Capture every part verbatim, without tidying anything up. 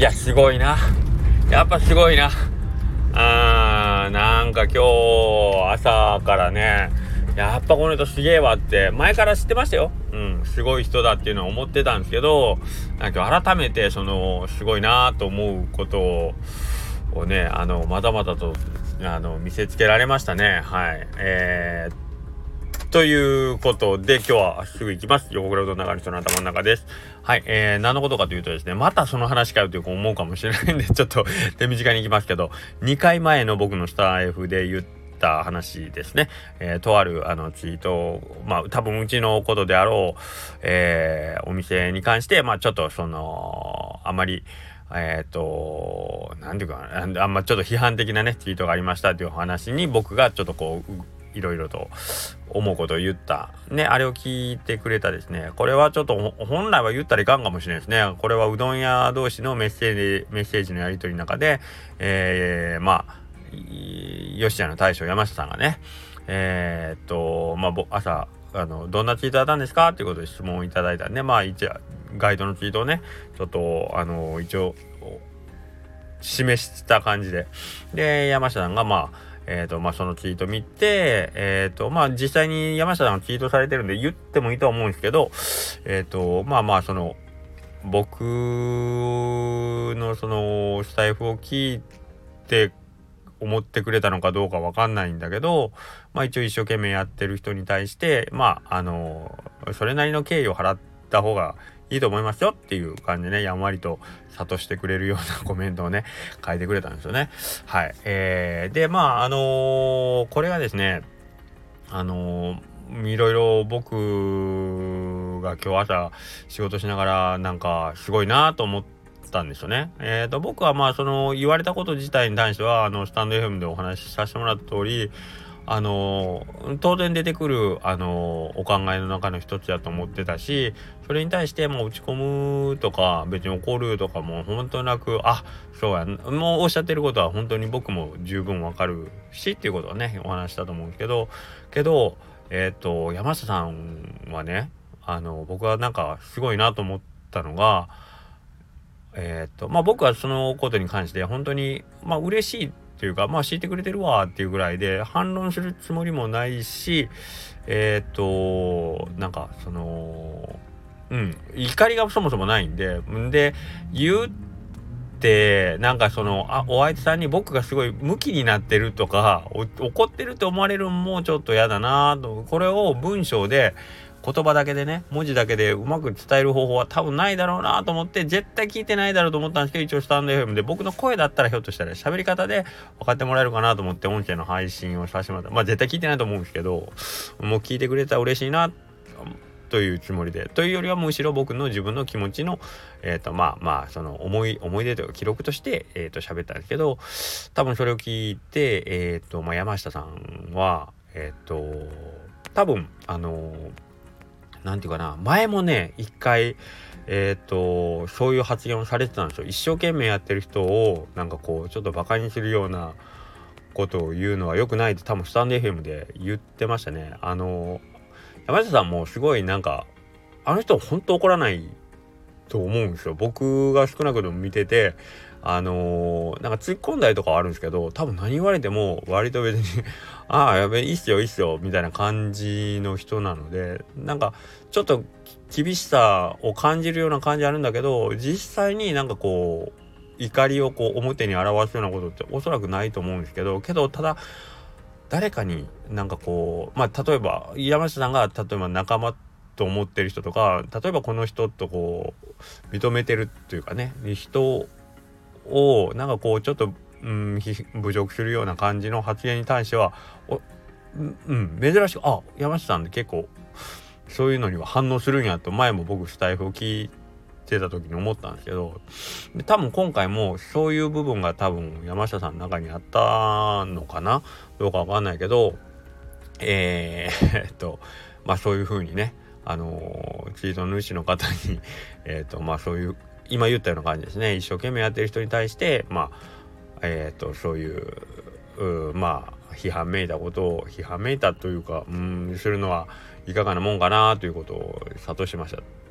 やすごいな、やっぱすごいな。あーなんか今日朝からね、やっぱこの人すげえわって前から知ってましたよ。うんすごい人だっていうのは思ってたんですけど、なんか改めてそのすごいなと思うことをね、あのまだまだとあの見せつけられましたね。はいえーということで今日はすぐ行きます。横倉うどん流れ人の頭の中です。はい、えー、何のことかというとですね、またその話かよという思うかもしれないんでちょっと手短に行きますけど、にかいまえの僕のスタイフで言った話ですね。えー、とあるあのツイート、まあ多分うちのことであろう、えー、お店に関してまあちょっとそのあまりえっ、ー、となんていうかあんまちょっと批判的なねツイートがありましたという話に僕がちょっとこういろいろと思うことを言ったね、あれを聞いてくれたですね、これはちょっと本来は言ったらいかんかもしれないですね。これはうどん屋同士のメッセージメッセージのやり取りの中で、えー、まあ吉谷の大将山下さんがね、えー、っとまあ朝あのどんなツイートだったんですかっていうことで質問をいただいたんで、まあ一応ガイドのツイートをねちょっとあの一応示した感じで、で山下さんがまあえーとまあ、そのツイート見て、えーとまあ、実際に山下さんがツイートされてるんで言ってもいいと思うんですけど、えーとまあまあその僕のそのスタイフを聞いて思ってくれたのかどうかわかんないんだけど、まあ一応一生懸命やってる人に対してまああのそれなりの敬意を払った方がいいと思いますよっていう感じでね、やんわりと諭してくれるようなコメントをね書いてくれたんですよね。はい、えー、でまああのー、これがですねあのー、いろいろ僕が今日朝仕事しながらなんかすごいなと思ったんですよね。えーと僕はまあその言われたこと自体に対してはあのスタンド エフエム でお話しさせてもらった通り、あの当然出てくるあのお考えの中の一つだと思ってたし、それに対してもう打ち込むとか別に怒るとかも本当なく、あそうやもうおっしゃってることは本当に僕も十分わかるしっていうことはねお話したと思うんですけどけどえっ、ー、と山下さんはねあの僕はなんかすごいなと思ったのが、えっ、ー、とまあ僕はそのことに関して本当にまあ嬉しいっていうかまあ知ってくれてるわっていうぐらいで反論するつもりもないし、えっ、ー、となんかそのうん怒りがそもそもないんで、んで言ってなんかそのあお相手さんに僕がすごいムキになってるとか怒ってるって思われるのもちょっと嫌だなと、これを文章で言葉だけでね文字だけでうまく伝える方法は多分ないだろうなと思って絶対聞いてないだろうと思ったんですけど、一応スタンド エフエム で僕の声だったらひょっとしたら喋り方で分かってもらえるかなと思って音声の配信をさせてもらった。まあ絶対聞いてないと思うんですけど、もう聞いてくれたら嬉しいなというつもりで、というよりはむしろ僕の自分の気持ちのえっ、ー、とまあまあその思い思い出というか記録としてえっ、ー、と喋ったんですけど、多分それを聞いてえっ、ー、とまあ山下さんはえっ、と多分あのなんていうかな、前もね一回えっ、とそういう発言をされてたんですよ。一生懸命やってる人をなんかこうちょっとバカにするようなことを言うのは良くないって多分スタンド エフエム で言ってましたね。あの山下さんもすごいなんかあの人本当怒らないと思うんですよ。僕が少なくとも見ててあのー、なんか突っ込んだりとかはあるんですけど、多分何言われても割と別にああやべいいっすよいいっすよみたいな感じの人なので、なんかちょっと厳しさを感じるような感じあるんだけど、実際になんかこう怒りをこう表に表すようなことっておそらくないと思うんですけど、けどただ誰かになんかこうまあ例えば山下さんが例えば仲間と思ってる人とか、例えばこの人とこう認めてるっていうかね人をなんかこうちょっと、うん、侮辱するような感じの発言に対してはお、うん、珍しくあ山下さんって結構そういうのには反応するんやと前も僕スタイフを聞いてた時に思ったんですけど、で多分今回もそういう部分が多分山下さんの中にあったのかなどうかわかんないけど、えー、えっとまあそういう風にねあのー、ツイートの主の方にえっとまあそういう今言ったような感じですね。一生懸命やってる人に対してまあえっとそういううまあ批判めいたことを批判めいたというかうんするのはいかがなもんかなということを諭しました。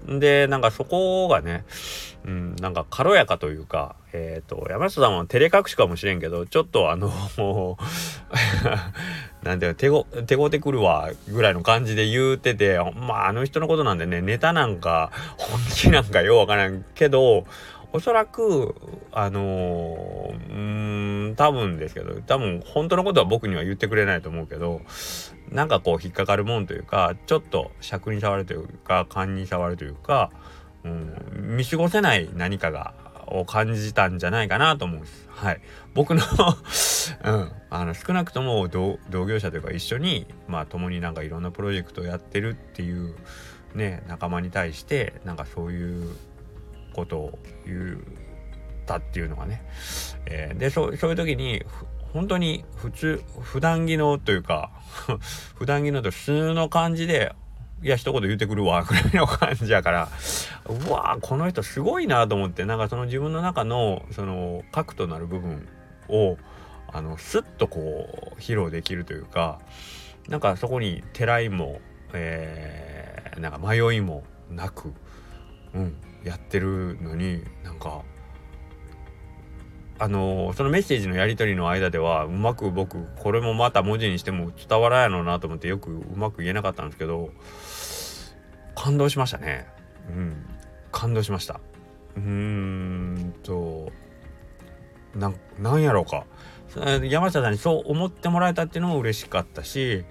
でなんかそこがね、うん、なんか軽やかというか、えっと山下さんは照れ隠しかもしれんけど、ちょっとあのもうなんていうの、手ご手ごてくるわぐらいの感じで言うてて、まああの人のことなんでね、ネタなんか本気なんかようわからんけど、おそらくあのー、うーん多分ですけど、多分本当のことは僕には言ってくれないと思うけど、なんかこう引っかかるもんというか、ちょっと尺に触るというか勘に触るというか、うん、見過ごせない何かがを感じたんじゃないかなと思うんです。はい、僕のうん、あの少なくとも 同, 同業者というか一緒にまあ共になんかいろんなプロジェクトをやってるっていうね仲間に対してなんかそういうことを言ったっていうのがね、えー、でそ う, そういう時に本当に普通普段着のというか普段着のと普通の感じでいや一言言ってくるわぐらいの感じやから、うわーこの人すごいなと思って、なんかその自分の中のその核となる部分をあのスッとこう披露できるというか、なんかそこにてらいも、えー、なんか迷いもなく、うん、やってるのに、なんかあのー、そのメッセージのやり取りの間ではうまく僕これもまた文字にしても伝わらないのなと思ってよくうまく言えなかったんですけど、感動しましたね。うん、感動しました。うーんとななんやろうか、山下さんにそう思ってもらえたっていうのも嬉しかったし、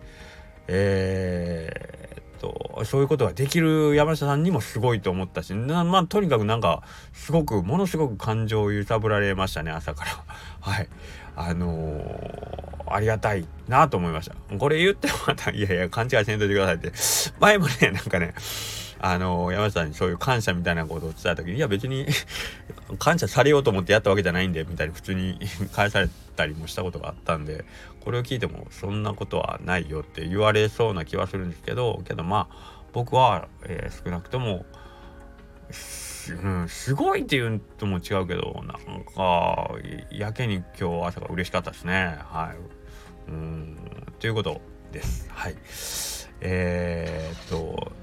えー、っとそういうことができる山下さんにもすごいと思ったし、なまあとにかくなんかすごくものすごく感情を揺さぶられましたね、朝からはい、あのー、ありがたいなと思いました。これ言ってもまたいやいや勘違いせんといてくださいって、前もねなんかねあのー、山下さんにそういう感謝みたいなことを伝えた時に、いや別に感謝されようと思ってやったわけじゃないんでみたいに普通に返されたりもしたことがあったんで、これを聞いてもそんなことはないよって言われそうな気はするんですけど、けどまあ僕は、えー、少なくともうん、すごいっていうとも違うけど、なんかやけに今日朝が嬉しかったですね。はい、うんということです。はい、えー、っと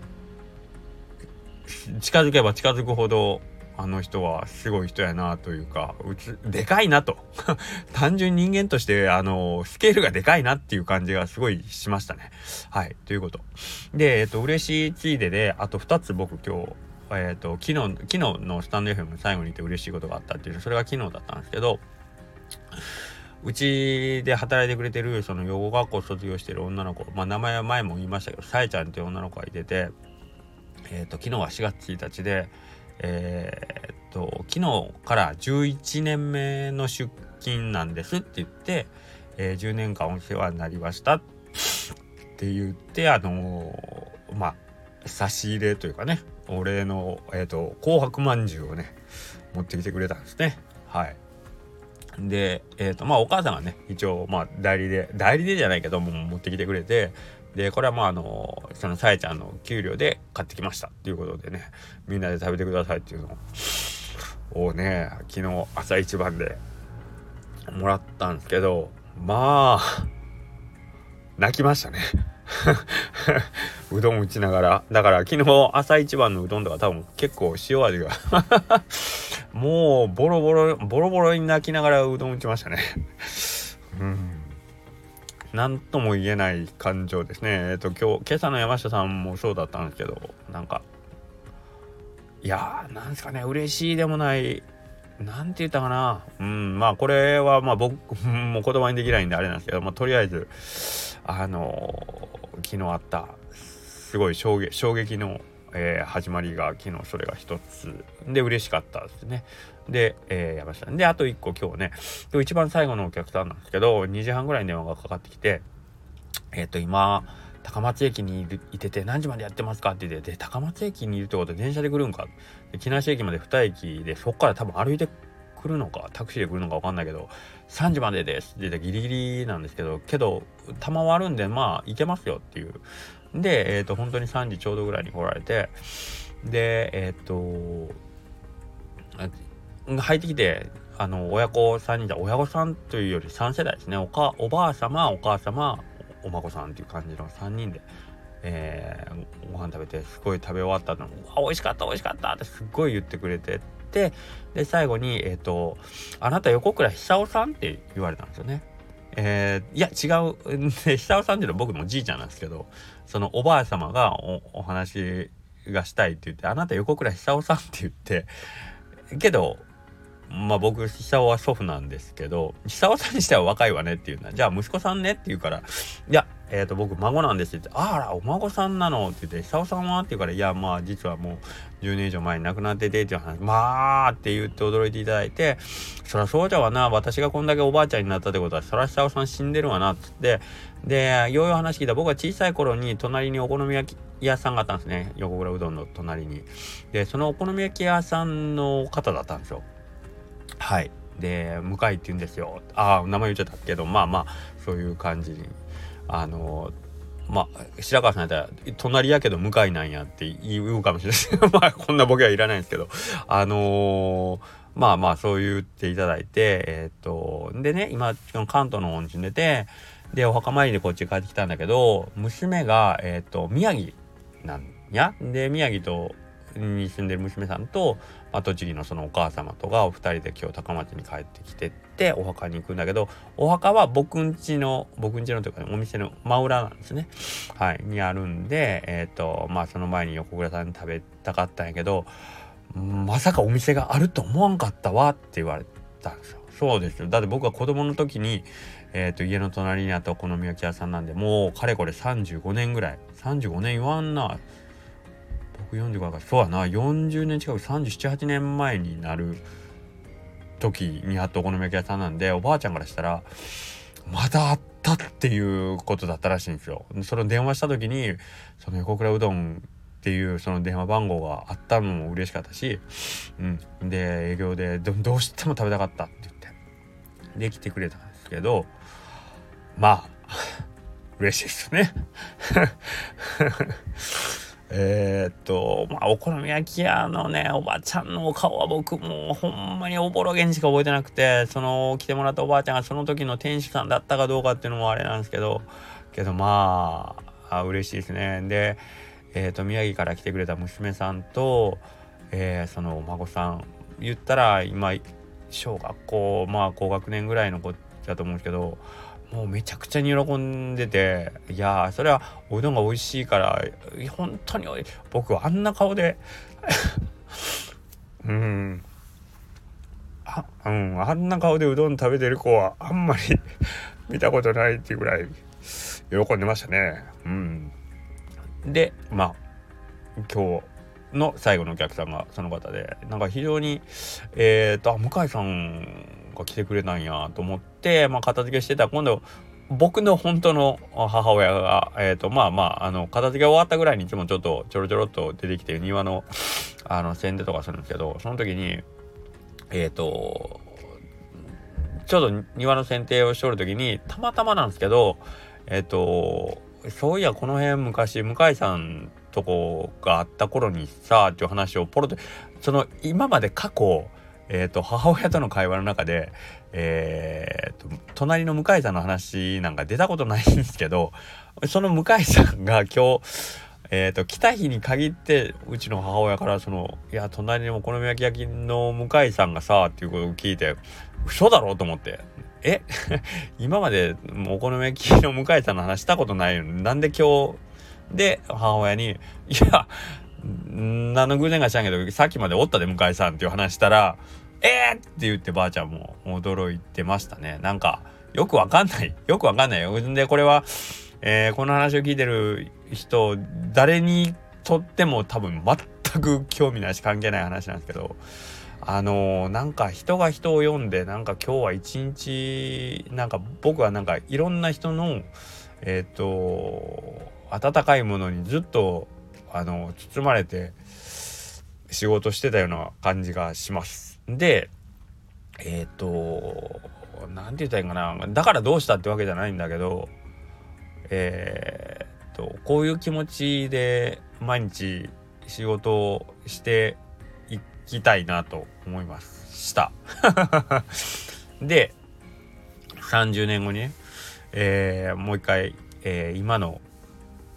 近づけば近づくほどあの人はすごい人やなというか、うつでかいなと単純に人間としてあのスケールがでかいなっていう感じがすごいしましたね。はいということで、えっと嬉しいついでであとふたつ僕今日えっと昨日昨日のスタンド エフエム の最後にいて嬉しいことがあったっていう、それが昨日だったんですけど、うちで働いてくれてるその養護学校卒業してる女の子、まあ名前は前も言いましたけど、さえちゃんっていう女の子がいてて、えっと昨日はしがつついたちで、えー、っと昨日からじゅういちねんめの出勤なんですって言って、えー、じゅうねんかんお世話になりましたって言って、あのー、まあ差し入れというかね、お礼の、えー、と紅白まんじゅうをね持ってきてくれたんですね。はいで、えーとまあお母さんがね一応まあ代理で代理でじゃないけども持ってきてくれて、でこれはまああのそのさえちゃんの給料で買ってきましたっていうことでね、みんなで食べてくださいっていうのをね昨日朝一番でもらったんですけど、まあ泣きましたねうどん打ちながら、だから昨日朝一番のうどんとか多分結構塩味がもうボロボロボロボロに泣きながらうどん打ちましたねうんなんとも言えない感情ですね。えっと今日今朝の山下さんもそうだったんですけど、なんかいやーなんですかね、嬉しいでもないなんて言ったかな、うんまあこれはまあ僕もう言葉にできないんであれなんですけど、まあとりあえずあのー、昨日あったすごい衝撃衝撃の、えー、始まりが昨日それが一つで嬉しかったですね。で、えー、山下であと一個今日ね今日一番最後のお客さんなんですけど、にじはんぐらいに電話がかかってきて、えっ、ー、と今高松駅にいるいてて何時までやってますかって言って、で高松駅にいるってことで電車で来るんか、で木梨駅までに駅でそっから多分歩いて来るのかタクシーで来るのか分かんないけどさんじまでですって言ってギリギリなんですけど、けど玉はあるんでまあ行けますよっていうで、えっ、ー、と本当にさんじちょうどぐらいに来られて、でえっ、ー、と入ってきてあの親子さんにんで、親御さんというよりさんせだいですね、おかおばあ様お母様お孫さんっていう感じのさんにんでえー、ご飯食べてすごい食べ終わったのあ美味しかった美味しかったってすっごい言ってくれてて、で最後にえっ、ー、とあなた横倉久夫さんって言われたんですよね。えー、いや違う久夫さんっていうのは僕のおじいちゃんなんですけど、そのおばあ様が お, お話がしたいって言ってあなた横倉久夫さんって言ってけどまあ僕久夫は祖父なんですけど久夫さんにしては若いわねっていうのはじゃあ息子さんねって言うからいやえっ、ー、と僕孫なんですって言ってあらお孫さんなのって言って久夫さんはって言うからいやまあ実はもうじゅうねん以上前に亡くなっててっていう話まあって言って驚いていただいてそりゃそうじゃわな私がこんだけおばあちゃんになったってことはそりゃ久夫さん死んでるわなっつってでようよう話聞いた僕は小さい頃に隣にお好み焼き屋さんがあったんですね横倉うどんの隣にでそのお好み焼き屋さんの方だったんですよ。はいで向井って言うんですよああ名前言っちゃったけどまあまあそういう感じにあのまあ白川さんやったら隣やけど向井なんやって言うかもしれないまあこんなボケはいらないんですけどあのー、まあまあそう言っていただいてえっ、ー、とでね今関東の方に住んでてでお墓参りでこっち帰ってきたんだけど娘がえっ、ー、と宮城なんやで宮城とに住んでる娘さんと、まあ、栃木のそのお母様とがお二人で今日高松に帰ってきてってお墓に行くんだけどお墓は僕ん家の僕ん家のというか、ね、お店の真裏なんですねはいにあるんでえっ、ー、とまあその前に横倉さんに食べたかったんやけどまさかお店があると思わんかったわって言われたんですよ。そうですよだって僕は子供の時にえっ、ー、と家の隣にあったお好み焼き屋さんなんでもうかれこれさんじゅうごねんぐらいさんじゅうごねん言わんな僕よんじゅうごだからそうやなよんじゅうねん近くさんじゅうなな、はちねんまえになる時にあったお好み焼き屋さんなんでおばあちゃんからしたらまだあったっていうことだったらしいんですよ。その電話した時にその横倉うどんっていうその電話番号があったのも嬉しかったし、うん、で営業で ど, どうしても食べたかったって言ってできてくれたんですけどまあ嬉しいですねえー、っとまあお好み焼き屋のねおばちゃんのお顔は僕もうほんまにおぼろげにしか覚えてなくてその来てもらったおばあちゃんがその時の店主さんだったかどうかっていうのもあれなんですけどけどまあ、あ嬉しいですね。でえー、っと宮城から来てくれた娘さんと、えー、そのお孫さん言ったら今小学校まあ高学年ぐらいの子だと思うんですけどもうめちゃくちゃに喜んでていやそれはおうどんが美味しいから本当に僕はあんな顔でうんあ、うん、あんな顔でうどん食べてる子はあんまり見たことないっていうぐらい喜んでましたね。うんでまあ今日の最後のお客さんがその方でなんか非常にえっと向井さんが来てくれたんやと思って、まあ、片付けしてたら今度僕の本当の母親がえっとまあまああの片付け終わったぐらいにいつもちょっとちょろちょろっと出てきて庭のあの洗礼とかするんですけどその時にえっとちょうど庭の剪定をしとる時にたまたまなんですけどえっとそういやこの辺昔向井さんとこがあった頃にさっていう話をポロッとその今まで過去えーと母親との会話の中でえーと隣の向井さんの話なんか出たことないんですけどその向井さんが今日えーと来た日に限ってうちの母親からそのいや隣にもお好み焼き焼きの向井さんがさっていうことを聞いて嘘だろうと思ってえ今までお好み焼きの向井さんの話したことないよなんで今日で母親にいや何の偶然か知らんけどさっきまでおったで向井さんっていう話したらえーって言ってばあちゃんも驚いてましたね。なんかよくわかんないよくわかんないよ。でこれは、えー、この話を聞いてる人誰にとっても多分全く興味ないし関係ない話なんですけどあのー、なんか人が人を読んでなんか今日は一日なんか僕はなんかいろんな人のえっと温かいものにずっとあの包まれて仕事してたような感じがします。でえっとなんて言ったらいいかなだからどうしたってわけじゃないんだけどえっとこういう気持ちで毎日仕事をしていきたいなと思いましたでさんじゅうねんごにね、えー、もう一回、えー、今の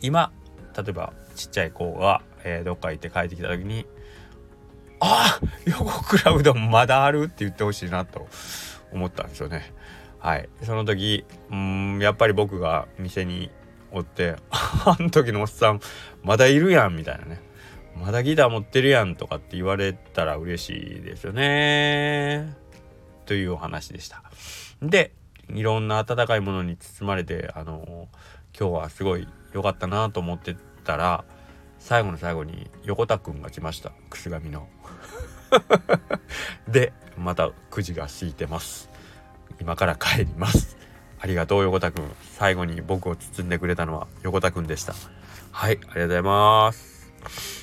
今例えばちっちゃい子が、えー、どっか行って帰ってきた時にあ横倉うどんまだあるって言ってほしいなと思ったんですよね。はい、その時うーんやっぱり僕が店におってあの時のおっさんまだいるやんみたいなね、まだギター持ってるやんとかって言われたら嬉しいですよねというお話でした。でいろんな温かいものに包まれてあの今日はすごい良かったなと思ってたら最後の最後に横田くんが来ました。くす紙のでまたくじが引いてます。今から帰ります。ありがとう横田くん。最後に僕を包んでくれたのは横田くんでした。はい、ありがとうございます。